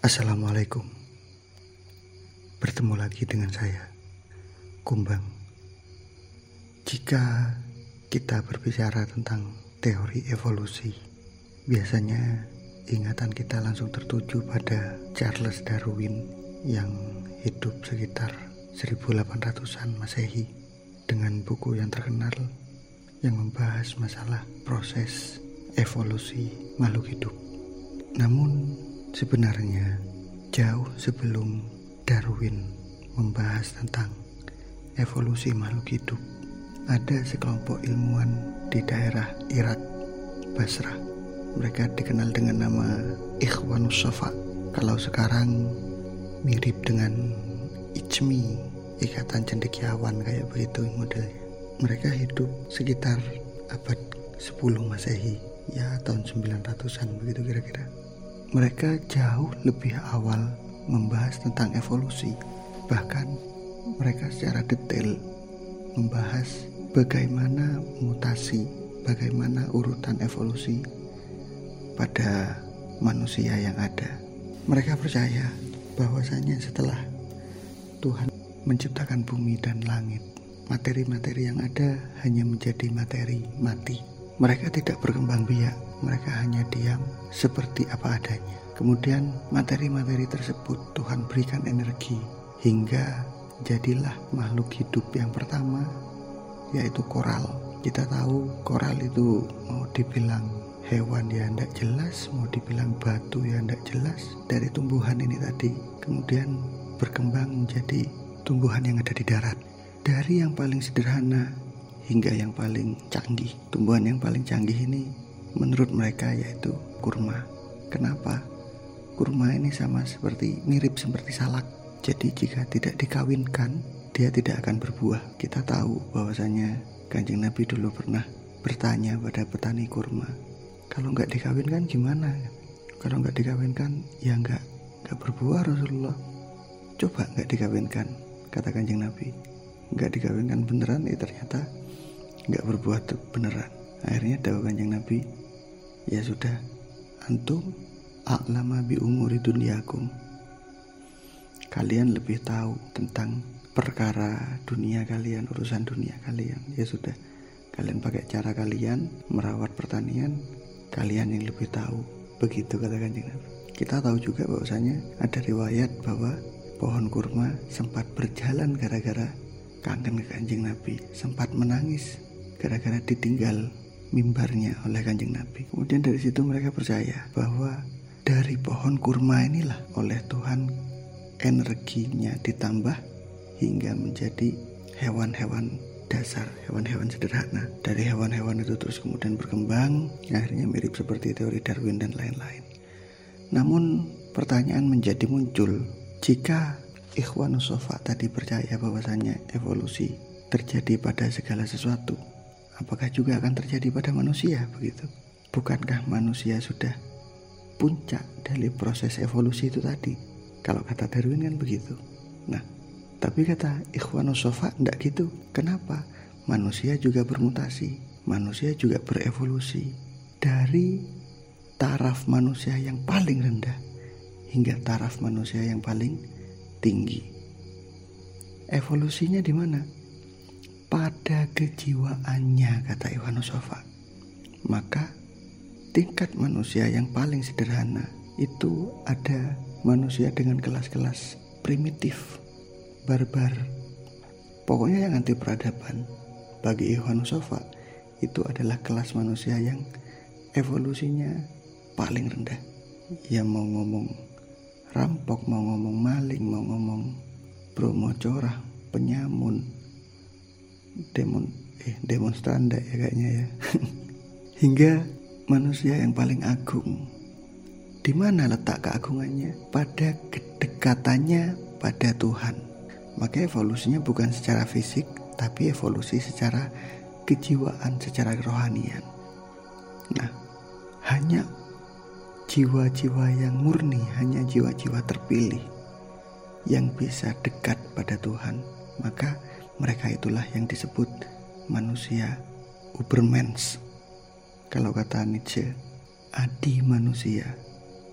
Assalamualaikum. Bertemu lagi dengan saya, Kumbang. Jika kita berbicara tentang teori evolusi, biasanya ingatan kita langsung tertuju pada Charles Darwin yang hidup sekitar 1800-an Masehi dengan buku yang terkenal yang membahas masalah proses evolusi makhluk hidup. Namun sebenarnya jauh sebelum Darwin membahas tentang evolusi makhluk hidup, ada sekelompok ilmuwan di daerah Irak, Basrah. Mereka dikenal dengan nama Ikhwanus Shafa. Kalau sekarang mirip dengan ICMI, Ikatan Cendekiawan, kayak begitu modelnya. Mereka hidup sekitar abad 10 Masehi, ya tahun 900-an begitu kira-kira. Mereka jauh lebih awal membahas tentang evolusi. Bahkan mereka secara detail membahas bagaimana mutasi, bagaimana urutan evolusi pada manusia yang ada. Mereka percaya bahwasanya setelah Tuhan menciptakan bumi dan langit, materi-materi yang ada hanya menjadi materi mati. Mereka tidak berkembang biak, mereka hanya diam seperti apa adanya. Kemudian materi-materi tersebut Tuhan berikan energi hingga jadilah makhluk hidup yang pertama, yaitu koral. Kita tahu koral itu mau dibilang hewan ya tidak jelas, mau dibilang batu ya tidak jelas. Dari tumbuhan ini tadi kemudian berkembang menjadi tumbuhan yang ada di darat. Dari yang paling sederhana hingga yang paling canggih. Tumbuhan yang paling canggih ini menurut mereka yaitu kurma. Kenapa? Kurma ini mirip seperti salak. Jadi jika tidak dikawinkan, dia tidak akan berbuah. Kita tahu bahwasanya Kanjeng Nabi dulu pernah bertanya pada petani kurma, kalau nggak dikawinkan gimana? Kalau nggak dikawinkan ya nggak berbuah Rasulullah. Coba nggak dikawinkan, kata Kanjeng Nabi. Nggak dikawinkan beneran, ternyata nggak berbuah beneran. Akhirnya dawuh Kanjeng Nabi, ya sudah, antum a'lama bi umuri dunyakum. Kalian lebih tahu tentang perkara dunia kalian, urusan dunia kalian. Ya sudah, kalian pakai cara kalian merawat pertanian, kalian yang lebih tahu. Begitu kata Kanjeng Nabi. Kita tahu juga bahwasanya ada riwayat bahwa pohon kurma sempat berjalan gara-gara kangen ke Kanjeng Nabi, sempat menangis gara-gara ditinggal mimbarnya oleh Kanjeng Nabi. Kemudian dari situ mereka percaya bahwa dari pohon kurma inilah oleh Tuhan energinya ditambah hingga menjadi hewan-hewan dasar, hewan-hewan sederhana. Dari hewan-hewan itu terus kemudian berkembang, akhirnya mirip seperti teori Darwin dan lain-lain. Namun pertanyaan menjadi muncul, jika Ikhwanus Shafa tadi percaya bahwasanya evolusi terjadi pada segala sesuatu, apakah juga akan terjadi pada manusia begitu? Bukankah manusia sudah puncak dari proses evolusi itu tadi? Kalau kata Darwin kan begitu. Nah, tapi kata Ikhwanus Shafa enggak gitu. Kenapa? Manusia juga bermutasi, manusia juga berevolusi dari taraf manusia yang paling rendah hingga taraf manusia yang paling tinggi. Evolusinya di mana? Pada kejiwaannya, kata Ikhwanus Shafa. Maka tingkat manusia yang paling sederhana itu ada manusia dengan kelas-kelas primitif, barbar, pokoknya yang anti peradaban. Bagi Ikhwanus Shafa itu adalah kelas manusia yang evolusinya paling rendah. Ya mau ngomong rampok, mau ngomong maling, mau ngomong bromocorah, penyamun, demonstran ya kayaknya ya. Hingga manusia yang paling agung. Di mana letak keagungannya? Pada kedekatannya pada Tuhan. Maka evolusinya bukan secara fisik, tapi evolusi secara kejiwaan, secara kerohanian. Nah, hanya jiwa-jiwa yang murni, hanya jiwa-jiwa terpilih yang bisa dekat pada Tuhan. Maka mereka itulah yang disebut manusia Ubermensch. Kalau kata Nietzsche, adi manusia.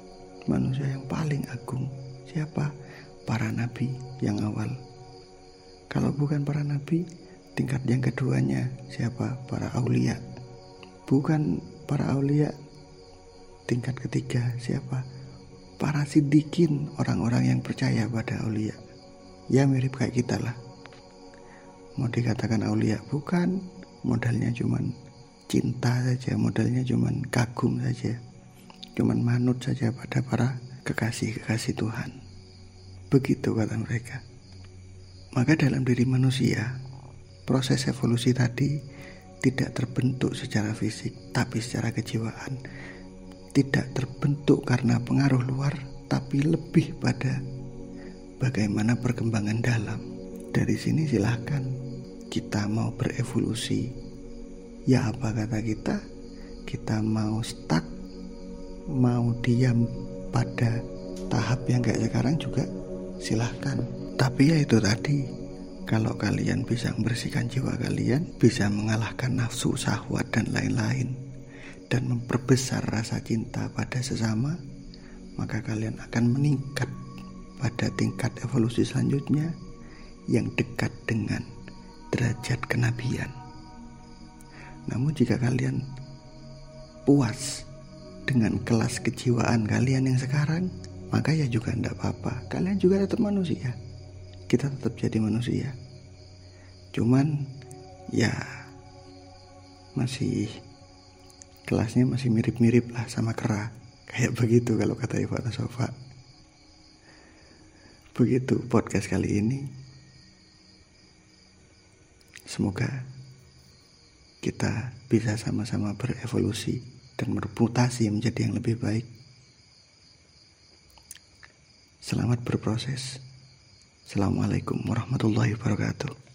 manusia yang paling agung. Siapa? Para nabi yang awal. Kalau bukan para nabi, tingkat yang keduanya siapa? Para aulia. Bukan para aulia, tingkat ketiga siapa? Para siddiqin, orang-orang yang percaya pada aulia. Ya mirip kayak kita lah. Mau dikatakan aulia bukan, modalnya cuman cinta saja, modalnya cuman kagum saja, cuman manut saja pada para kekasih-kekasih Tuhan. Begitu kata mereka. Maka dalam diri manusia, proses evolusi tadi tidak terbentuk secara fisik, tapi secara kejiwaan. Tidak terbentuk karena pengaruh luar, tapi lebih pada bagaimana perkembangan dalam. Dari sini silahkan kita mau berevolusi. Ya apa kata kita? Kita mau stuck, mau diam pada tahap yang kayak sekarang juga silahkan. Tapi ya itu tadi, kalau kalian bisa membersihkan jiwa kalian, bisa mengalahkan nafsu, syahwat dan lain-lain, dan memperbesar rasa cinta pada sesama, maka kalian akan meningkat pada tingkat evolusi selanjutnya yang dekat dengan derajat kenabian. Namun jika kalian puas dengan kelas kejiwaan kalian yang sekarang, maka ya juga tidak apa-apa. Kalian juga tetap manusia. Kita tetap jadi manusia. Cuman ya masih kelasnya masih mirip-mirip lah sama kera. Kayak begitu kalau kata Ivan Sofa. Begitu podcast kali ini. Semoga kita bisa sama-sama berevolusi dan bermutasi menjadi yang lebih baik. Selamat berproses. Assalamualaikum warahmatullahi wabarakatuh.